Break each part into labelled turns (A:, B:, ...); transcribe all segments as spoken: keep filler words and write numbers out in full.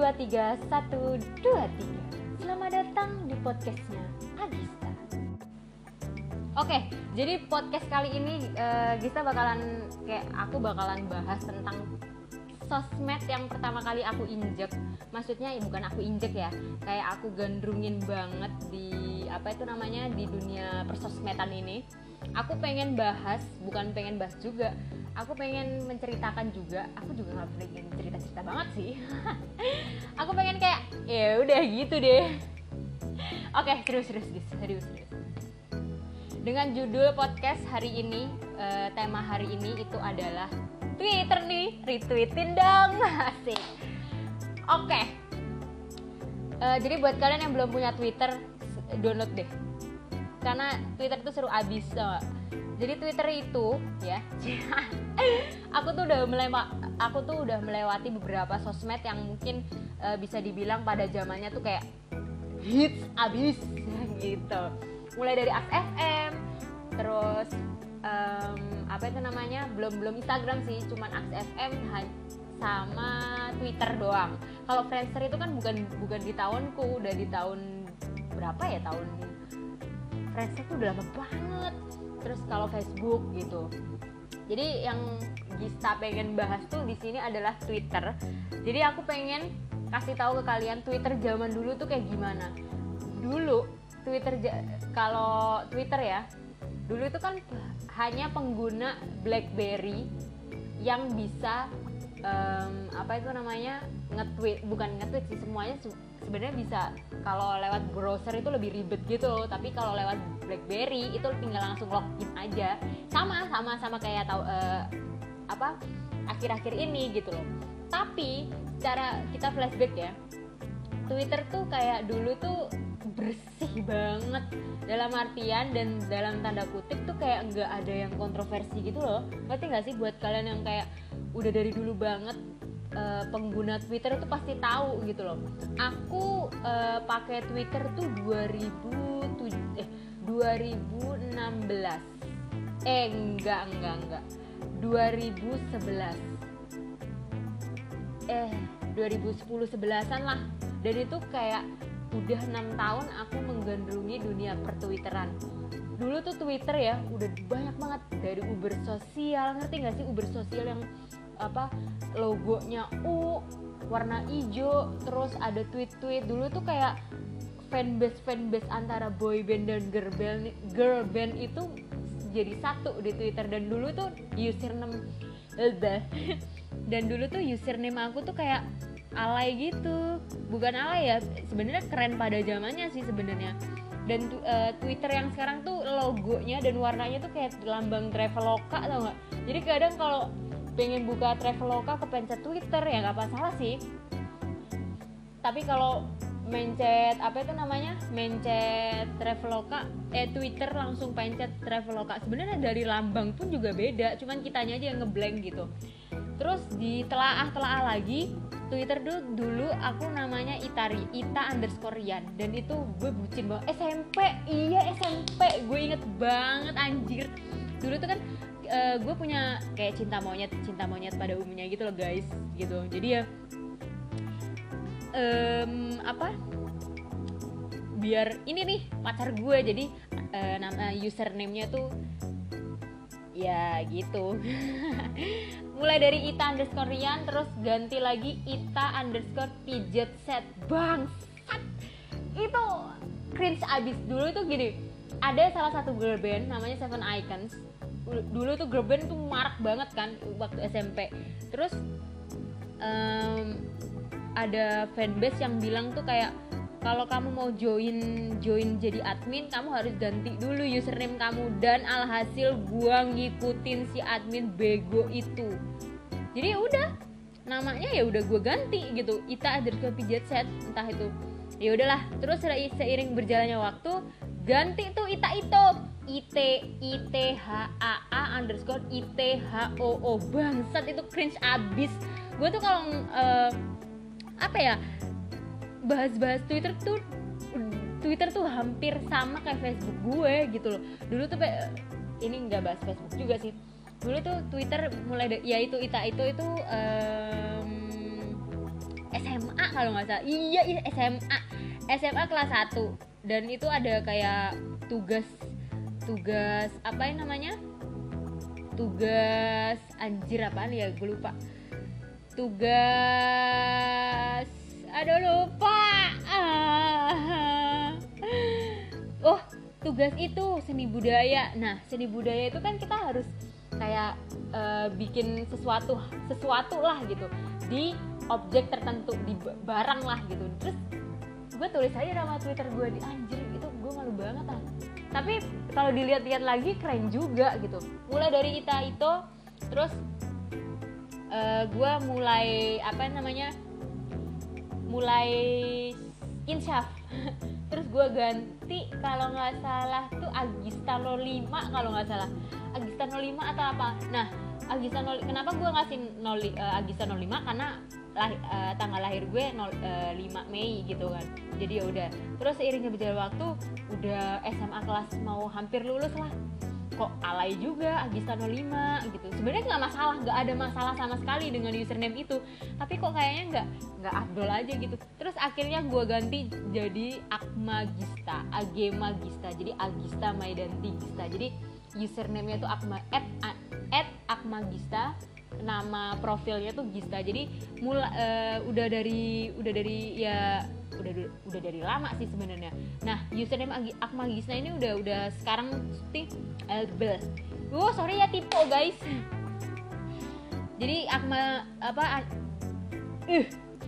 A: dua tiga satu dua tiga. Selamat datang di podcastnya Agista. Oke, jadi podcast kali ini uh, Gista bakalan kayak aku bakalan bahas tentang sosmed yang pertama kali aku injek. Maksudnya bukan aku injek ya, kayak aku gandrungin banget di apa itu namanya di dunia persosmedan ini. Aku pengen bahas, bukan pengen bahas juga. Aku pengen menceritakan juga. Aku juga nggak pengen cerita-cerita banget sih. Aku pengen kayak ya udah gitu deh. Oke, serius serius serius serius. Dengan judul podcast hari ini, uh, tema hari ini itu adalah Twitter nih, retweetin dong, asik. Oke. Uh, jadi buat kalian yang belum punya Twitter, download deh. Karena Twitter itu seru abis, so. Jadi Twitter itu ya, aku tuh udah melewati, aku tuh udah melewati beberapa sosmed yang mungkin uh, bisa dibilang pada zamannya tuh kayak hits abis gitu. Mulai dari Aks F M, terus um, apa itu namanya, belum belum Instagram sih, cuman Aks F M sama Twitter doang. Kalau Friendster itu kan bukan bukan di tahunku, udah di tahun berapa ya, tahun Friendster tuh udah lama banget. Terus kalau Facebook gitu. Jadi yang Gista pengen bahas tuh di sini adalah Twitter. Jadi aku pengen kasih tahu ke kalian Twitter zaman dulu tuh kayak gimana. Dulu Twitter kalau Twitter ya, dulu itu kan hanya pengguna BlackBerry yang bisa um, apa itu namanya nge-tweet, bukan nge-tweet sih, semuanya sebenarnya bisa. Kalau lewat browser itu lebih ribet gitu loh, tapi kalau lewat BlackBerry itu tinggal langsung login aja, sama sama sama kayak tahu uh, apa akhir-akhir ini gitu loh. Tapi cara kita flashback ya, Twitter tuh kayak dulu tuh bersih banget dalam artian dan dalam tanda kutip tuh kayak nggak ada yang kontroversi gitu loh. Ngerti nggak sih buat kalian yang kayak udah dari dulu banget uh, pengguna Twitter itu pasti tahu gitu loh. Aku uh, pakai Twitter tuh dua ribu tujuh eh dua ribu enam belas eh enggak enggak enggak dua ribu sebelas eh dua ribu sepuluh sebelasan lah. Dan itu kayak udah enam tahun aku menggandrungi dunia pertwitteran. Dulu tuh Twitter ya udah banyak banget, dari Uber sosial, ngerti gak sih Uber sosial yang apa logonya U warna hijau, terus ada tweet-tweet. Dulu tuh kayak fanbase fanbase antara boy band dan girl band, girl band itu jadi satu di Twitter. Dan dulu tuh username dan dulu tuh username aku tuh kayak alay gitu, bukan alay ya, sebenarnya keren pada zamannya sih sebenarnya. Dan uh, Twitter yang sekarang tuh logonya dan warnanya tuh kayak lambang Traveloka, tau nggak? Jadi kadang kalau pengen buka Traveloka kepencet Twitter ya nggak masalah sih. Tapi kalau mencet apa itu namanya, mencet Traveloka, eh Twitter langsung pencet Traveloka. Sebenarnya dari lambang pun juga beda, cuman kitanya aja yang ngeblank gitu. Terus ditelaah-telaah lagi, Twitter dulu, dulu aku namanya Itari, Ita underscore Rian. Dan itu gue bucin banget, S M P, iya S M P, gue inget banget anjir. Dulu tuh kan uh, gue punya kayak cinta monyet, cinta monyet pada umumnya gitu loh guys, gitu. Jadi ya, um, apa, biar ini nih pacar gue, jadi uh, nama username-nya tuh ya gitu. Mulai dari Ita underscore Rian, terus ganti lagi Ita underscore Pijet Set. Bangsat, itu cringe abis. Dulu tuh gini, ada salah satu girl band namanya Seven Icons. Dulu tuh girl band tuh marak banget kan waktu S M P. Terus um, ada fanbase yang bilang tuh kayak, kalau kamu mau join join jadi admin, kamu harus ganti dulu username kamu. Dan alhasil gua ngikutin si admin bego itu. Jadi udah, namanya ya udah gua ganti gitu, Ita underscore Pijet Set, entah itu. Ya udahlah, terus seiring berjalannya waktu, ganti tuh Ita itu, It It H A A underscore I T H O O. Bangsat, itu cringe abis. Gue tuh kalau uh, apa ya, bahas-bahas Twitter tuh Twitter tuh hampir sama kayak Facebook gue gitu loh. Dulu tuh ini nggak bahas Facebook juga sih. Dulu tuh Twitter mulai da- ya itu Ita itu itu um, S M A kalau nggak salah. Iya, iya S M A. S M A kelas satu. Dan itu ada kayak tugas tugas apa yang namanya? Tugas anjir apaan ya? Gue lupa. Tugas aduh lupa. Ah. Oh, tugas itu seni budaya. Nah, seni budaya itu kan kita harus kayak uh, bikin sesuatu sesuatu lah gitu di objek tertentu, di barang lah gitu. Terus gue tulis aja nama Twitter gue di anjir, itu gue malu banget ah. Tapi kalau dilihat-lihat lagi keren juga gitu. Mulai dari Ita itu, terus uh, gue mulai apa namanya, mulai insyaf. Terus gue ganti kalau nggak salah tuh Agista nol lima kalau nggak salah. Agista nol lima atau apa? Nah, Agista nol, kenapa gue ngasih nol, uh, Agista nol lima karena lah, uh, tanggal lahir gue nol, uh, lima Mei gitu kan. Jadi ya udah. Terus seiringnya berjalan waktu, udah S M A kelas mau hampir lulus lah. Kok alay juga Agista nol lima gitu. Sebenarnya nggak masalah, nggak ada masalah sama sekali dengan username itu. Tapi kok kayaknya nggak nggak afdol aja gitu. Terus akhirnya gue ganti jadi Akmagista, Agemagista. Jadi Agista Maidanti Gista. Jadi username-nya tuh Akma at, at Akmagista, nama profilnya tuh Gista. Jadi mula uh, udah dari udah dari ya udah udah dari lama sih sebenarnya. Nah, username Akmagista ini udah udah sekarang sih Elbel. Oh, sorry ya typo guys. Jadi Akma apa uh.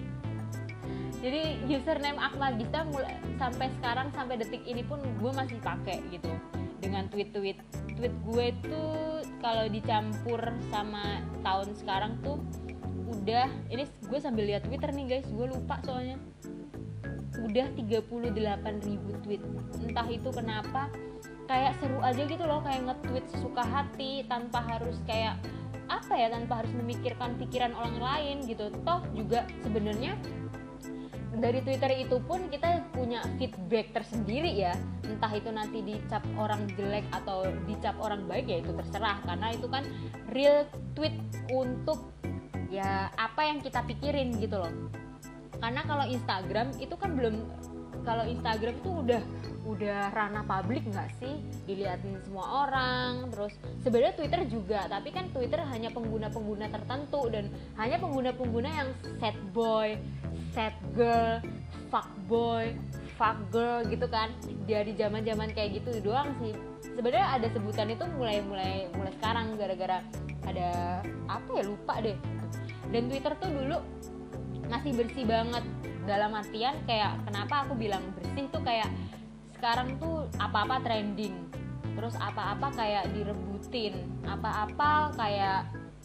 A: Jadi username Akmagista mulai sampai sekarang, sampai detik ini pun gue masih pakai gitu. Dengan tweet-tweet tweet gue tuh kalau dicampur sama tahun sekarang tuh udah, ini gue sambil lihat Twitter nih guys, gue lupa soalnya, udah tiga puluh delapan ribu tweet. Entah itu kenapa, kayak seru aja gitu loh, kayak nge-tweet sesuka hati tanpa harus kayak apa ya, tanpa harus memikirkan pikiran orang lain gitu. Toh juga sebenarnya dari Twitter itu pun kita punya feedback tersendiri ya. Entah itu nanti dicap orang jelek atau dicap orang baik, ya itu terserah, karena itu kan real tweet untuk ya apa yang kita pikirin gitu loh. Karena kalau Instagram itu kan belum, kalau Instagram itu udah udah ranah publik nggak sih, dilihatin semua orang. Terus sebenarnya Twitter juga, tapi kan Twitter hanya pengguna-pengguna tertentu dan hanya pengguna-pengguna yang sad boy, sad girl, fuck boy, fuck girl gitu kan. Dari zaman-zaman kayak gitu doang sih. Sebenarnya ada sebutan itu mulai mulai mulai sekarang gara-gara ada apa ya, lupa deh. Dan Twitter tuh dulu masih bersih banget, dalam artian kayak kenapa aku bilang bersih tuh kayak sekarang tuh apa-apa trending, terus apa-apa kayak direbutin, apa-apa kayak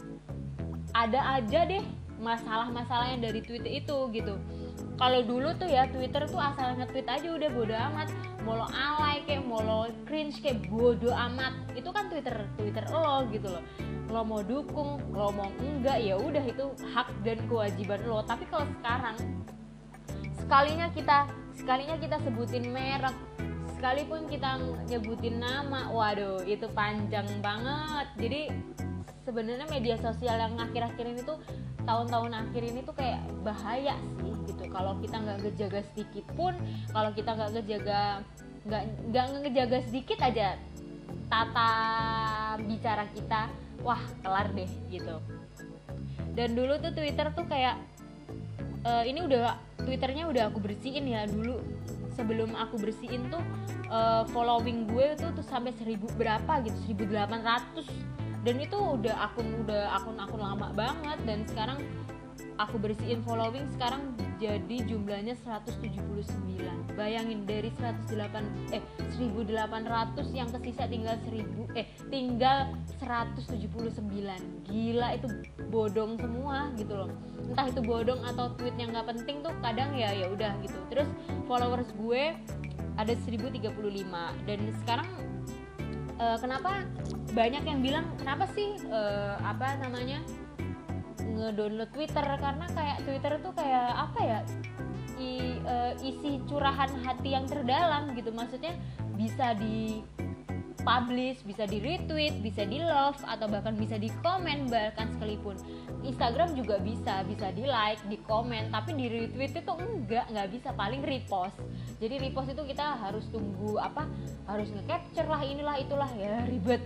A: ada aja deh masalah-masalahnya dari Twitter itu gitu. Kalau dulu tuh ya Twitter tuh asal nge-tweet aja udah bodo amat, mau lo alay kayak mau lo cringe kayak bodo amat, itu kan Twitter Twitter lo gitu loh. Lo mau dukung, lo mau enggak, ya udah itu hak dan kewajiban lo. Tapi kalau sekarang sekalinya kita sekalinya kita sebutin merek, sekalipun kita nyebutin nama, waduh itu panjang banget. Jadi sebenarnya media sosial yang akhir-akhir ini tuh, tahun-tahun akhir ini tuh kayak bahaya sih gitu. Kalau kita nggak ngejaga sedikit pun, kalau kita nggak ngejaga nggak nggak ngejaga sedikit aja tata bicara kita, wah kelar deh gitu. Dan dulu tuh Twitter tuh kayak uh, ini udah Twitternya udah aku bersihin ya dulu. Sebelum aku bersihin tuh uh, following gue tuh tuh sampai seribu berapa gitu, seribu delapan ratus. Dan itu udah akun udah akun-akun lama banget. Dan sekarang aku bersihin following, sekarang jadi jumlahnya seratus tujuh puluh sembilan. Bayangin dari seratus delapan eh seribu delapan ratus yang kesisa tinggal seribu eh tinggal seratus tujuh puluh sembilan. Gila, itu bodong semua gitu loh. Entah itu bodong atau tweet yang enggak penting tuh kadang ya ya udah gitu. Terus followers gue ada seribu tiga puluh lima. Dan sekarang uh, kenapa banyak yang bilang kenapa sih uh, apa namanya ngedownload Twitter, karena kayak Twitter tuh kayak apa ya, i, uh, isi curahan hati yang terdalam gitu. Maksudnya bisa di publish, bisa di retweet, bisa di love, atau bahkan bisa di komen bahkan sekalipun. Instagram juga bisa, bisa di like, di komen, tapi di retweet itu enggak, enggak bisa, paling repost. Jadi repost itu kita harus tunggu apa, harus nge-capture lah, inilah itulah, ya ribet.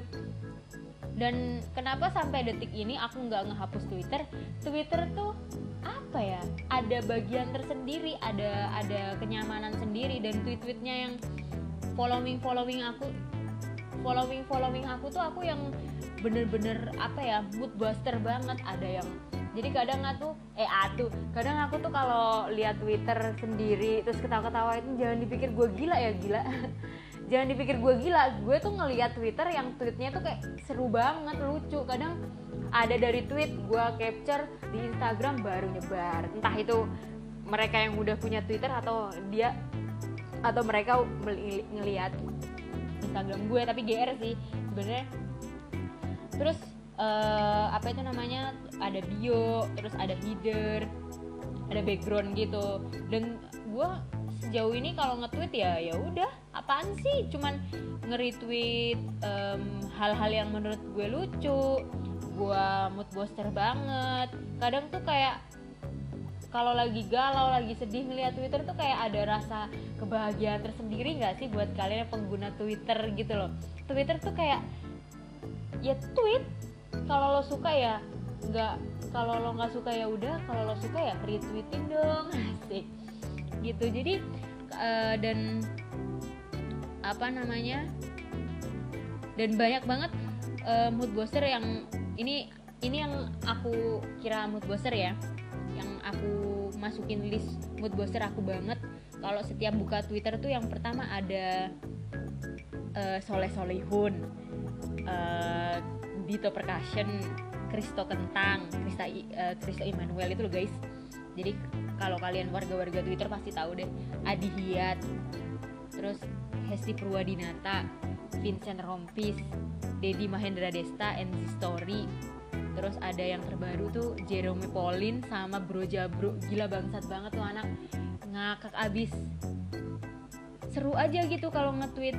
A: Dan kenapa sampai detik ini aku nggak ngehapus Twitter? Twitter tuh apa ya? Ada bagian tersendiri, ada ada kenyamanan sendiri, dan tweet-tweetnya yang following following aku, following following aku tuh aku yang bener-bener apa ya, mood booster banget. Ada yang jadi kadang aku eh atuh kadang aku tuh kalau lihat Twitter sendiri terus ketawa-ketawa, itu jangan dipikir gue gila ya, gila. Jangan dipikir gue gila, gue tuh ngelihat Twitter yang tweetnya tuh kayak seru banget, lucu. Kadang ada dari tweet gue capture di Instagram baru nyebar. Entah itu mereka yang udah punya Twitter atau dia atau mereka ngelihat Instagram gue, tapi G R sih sebenarnya. Terus uh, apa itu namanya, ada bio, terus ada header, ada background gitu. Dan gue sejauh ini kalau nge-tweet ya ya udah, apaan sih, cuman nge-retweet um, hal-hal yang menurut gue lucu, gue mood booster banget. Kadang tuh kayak kalau lagi galau, lagi sedih ngeliat Twitter tuh kayak ada rasa kebahagiaan tersendiri nggak sih buat kalian yang pengguna Twitter gitu loh. Twitter tuh kayak ya tweet, kalau lo suka ya nggak, kalau lo nggak suka ya udah, kalau lo suka ya retweetin dong, asik gitu. Jadi uh, dan apa namanya, dan banyak banget uh, mood booster yang ini ini yang aku kira mood booster ya, yang aku masukin list mood booster aku banget. Kalau setiap buka Twitter tuh yang pertama ada uh, Soleh Solihun, uh, Dito Percussion, Kristo Kentang, Krista uh, Kristo Immanuel itu loh guys. Jadi kalau kalian warga-warga Twitter pasti tahu deh. Adi Hiat, terus Hesti Purwadinata, Vincent Rompis, Dedi Mahendra Desta, N Z Story. Terus ada yang terbaru tuh Jerome Pauline sama Bro Jabro. Gila, bangsat banget tuh anak, ngakak abis. Seru aja gitu kalau nge-tweet.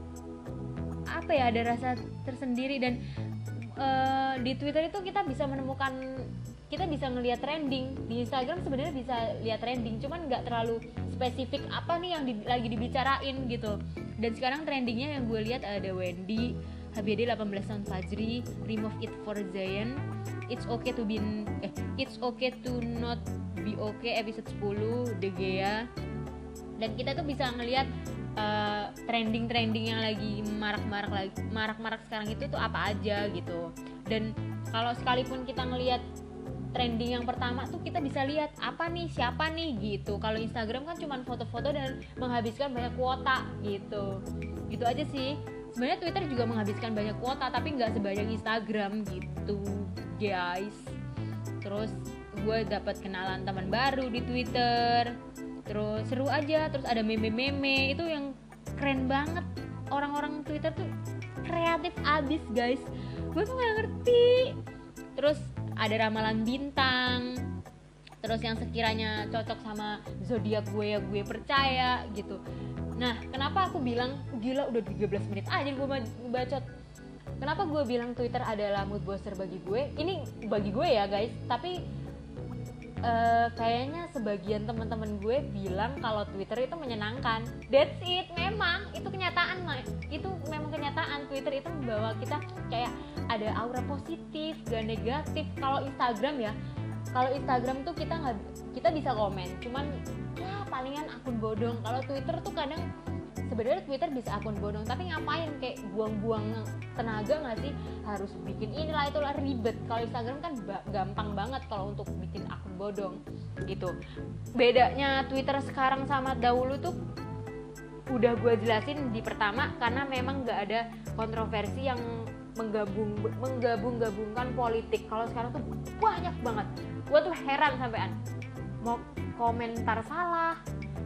A: Apa ya, ada rasa tersendiri. Dan uh, di Twitter itu kita bisa menemukan, kita bisa ngelihat trending. Di Instagram sebenarnya bisa lihat trending, cuman nggak terlalu spesifik apa nih yang di, lagi dibicarain gitu. Dan sekarang trendingnya yang gue lihat ada Wendy, H B D delapan belas tahun Fajri, Remove It for Zion, It's Okay to be eh It's Okay to Not Be Okay episode sepuluh, De Gea. Dan kita tuh bisa ngelihat uh, trending-trending yang lagi marak-marak lagi marak-marak sekarang itu tuh apa aja gitu. Dan kalau sekalipun kita ngelihat trending yang pertama tuh, kita bisa lihat apa nih, siapa nih gitu. Kalau Instagram kan cuma foto-foto dan menghabiskan banyak kuota gitu. Gitu aja sih. Sebenarnya Twitter juga menghabiskan banyak kuota, tapi nggak sebanyak Instagram gitu, guys. Terus gue dapat kenalan teman baru di Twitter. Terus seru aja. Terus ada meme-meme itu yang keren banget. Orang-orang Twitter tuh kreatif abis, guys. Gue tuh nggak ngerti. Terus ada ramalan bintang, terus yang sekiranya cocok sama zodiak gue ya gue percaya gitu. Nah, kenapa aku bilang gila udah tiga belas menit aja gue bacot. Kenapa gue bilang Twitter adalah mood booster bagi gue? Ini bagi gue ya guys, tapi uh, kayaknya sebagian teman-teman gue bilang kalau Twitter itu menyenangkan. That's it, memang itu kenyataan lah. Itu memang kenyataan. Twitter itu membawa kita kayak ada aura positif, gak negatif. Kalau Instagram ya, kalau Instagram tuh kita nggak, kita bisa komen, cuman ya palingan akun bodong. Kalau Twitter tuh kadang sebenarnya Twitter bisa akun bodong, tapi ngapain kayak buang-buang tenaga nggak sih, harus bikin inilah itulah, ribet. Kalau Instagram kan ba- gampang banget kalau untuk bikin akun bodong gitu. Bedanya Twitter sekarang sama dahulu tuh udah gue jelasin di pertama, karena memang nggak ada kontroversi yang menggabung menggabung-gabungkan politik. Kalau sekarang tuh banyak banget. Gue tuh heran sampean, mau komentar salah,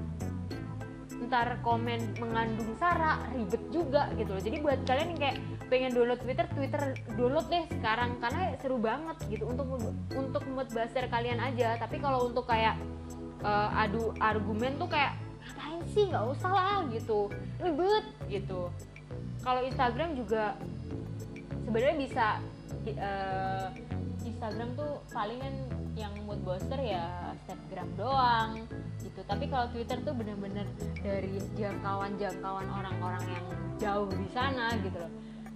A: ntar komen mengandung sara, ribet juga gitu loh. Jadi buat kalian yang kayak pengen download Twitter, Twitter download deh sekarang, karena seru banget gitu untuk untuk mood buzzer kalian aja. Tapi kalau untuk kayak uh, adu argumen tuh kayak ngapain sih, nggak usah lah gitu, ribet gitu. Kalau Instagram juga sebenarnya bisa, uh, Instagram tuh palingan yang mood booster ya Snapgram doang gitu. Tapi kalau Twitter tuh bener-bener dari jangkauan-jangkauan orang-orang yang jauh di sana gitu loh.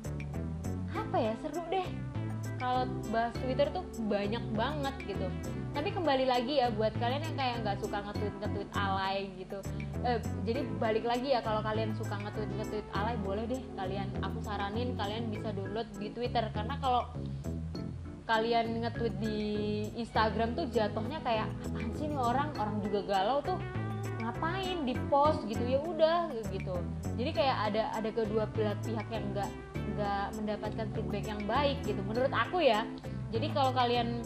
A: Apa ya, seru deh kalau bahas Twitter tuh, banyak banget gitu. Tapi kembali lagi ya buat kalian yang kayak nggak suka nge-tweet nge-tweet alay gitu, eh, jadi balik lagi ya, kalau kalian suka nge-tweet nge-tweet alay boleh deh kalian, aku saranin kalian bisa download di Twitter. Karena kalau kalian nge-tweet di Instagram tuh jatuhnya kayak apaan sih nih orang, orang juga galau tuh ngapain di post gitu, ya udah gitu. Jadi kayak ada ada kedua belah pihak yang nggak nggak mendapatkan feedback yang baik gitu menurut aku ya. Jadi kalau kalian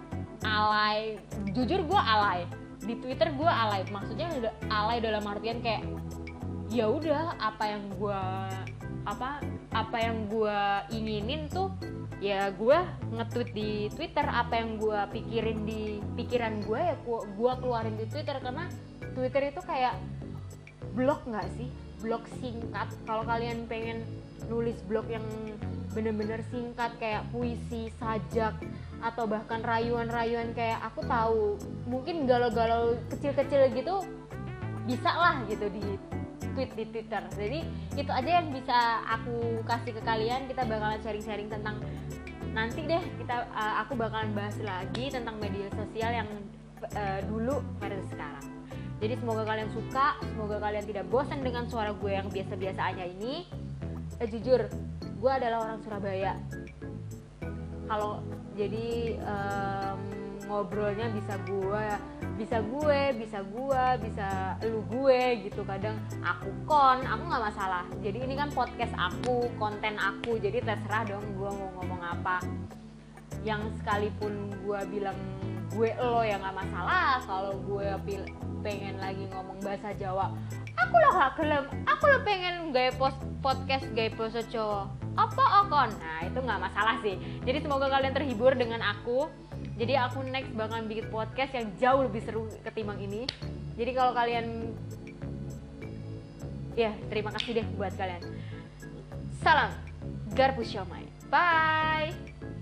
A: alay, jujur gue alay di Twitter, gue alay, maksudnya udah alay dalam artian kayak ya udah apa yang gue apa apa yang gue inginin tuh ya gue nge-tweet di Twitter, apa yang gue pikirin di pikiran gue ya gue keluarin di Twitter. Karena Twitter itu kayak blog nggak sih, blog singkat. Kalau kalian pengen nulis blog yang bener-bener singkat kayak puisi, sajak, atau bahkan rayuan-rayuan kayak aku tahu mungkin galau-galau kecil-kecil gitu, bisa lah gitu di tweet di Twitter. Jadi itu aja yang bisa aku kasih ke kalian. Kita bakalan sharing-sharing tentang, nanti deh kita uh, aku bakalan bahas lagi tentang media sosial yang uh, dulu versi sekarang. Jadi semoga kalian suka, semoga kalian tidak bosan dengan suara gue yang biasa-biasa aja ini. Eh jujur, gue adalah orang Surabaya. Kalau jadi um, ngobrolnya bisa gue, bisa gue, bisa gue, bisa lu gue gitu. Kadang aku kon, aku nggak masalah. Jadi ini kan podcast aku, konten aku, jadi terserah dong gue mau ngomong apa. Yang sekalipun gue bilang gue lo ya nggak masalah. Kalau gue pil- pengen lagi ngomong bahasa Jawa, aku lo gak gelem, aku lo pengen gaya post podcast gaya bahasa Jawa, apa akon? Nah itu nggak masalah sih. Jadi semoga kalian terhibur dengan aku. Jadi aku next bakalan bikin podcast yang jauh lebih seru ketimbang ini. Jadi kalau kalian, ya terima kasih deh buat kalian. Salam Garpu Siomay, bye.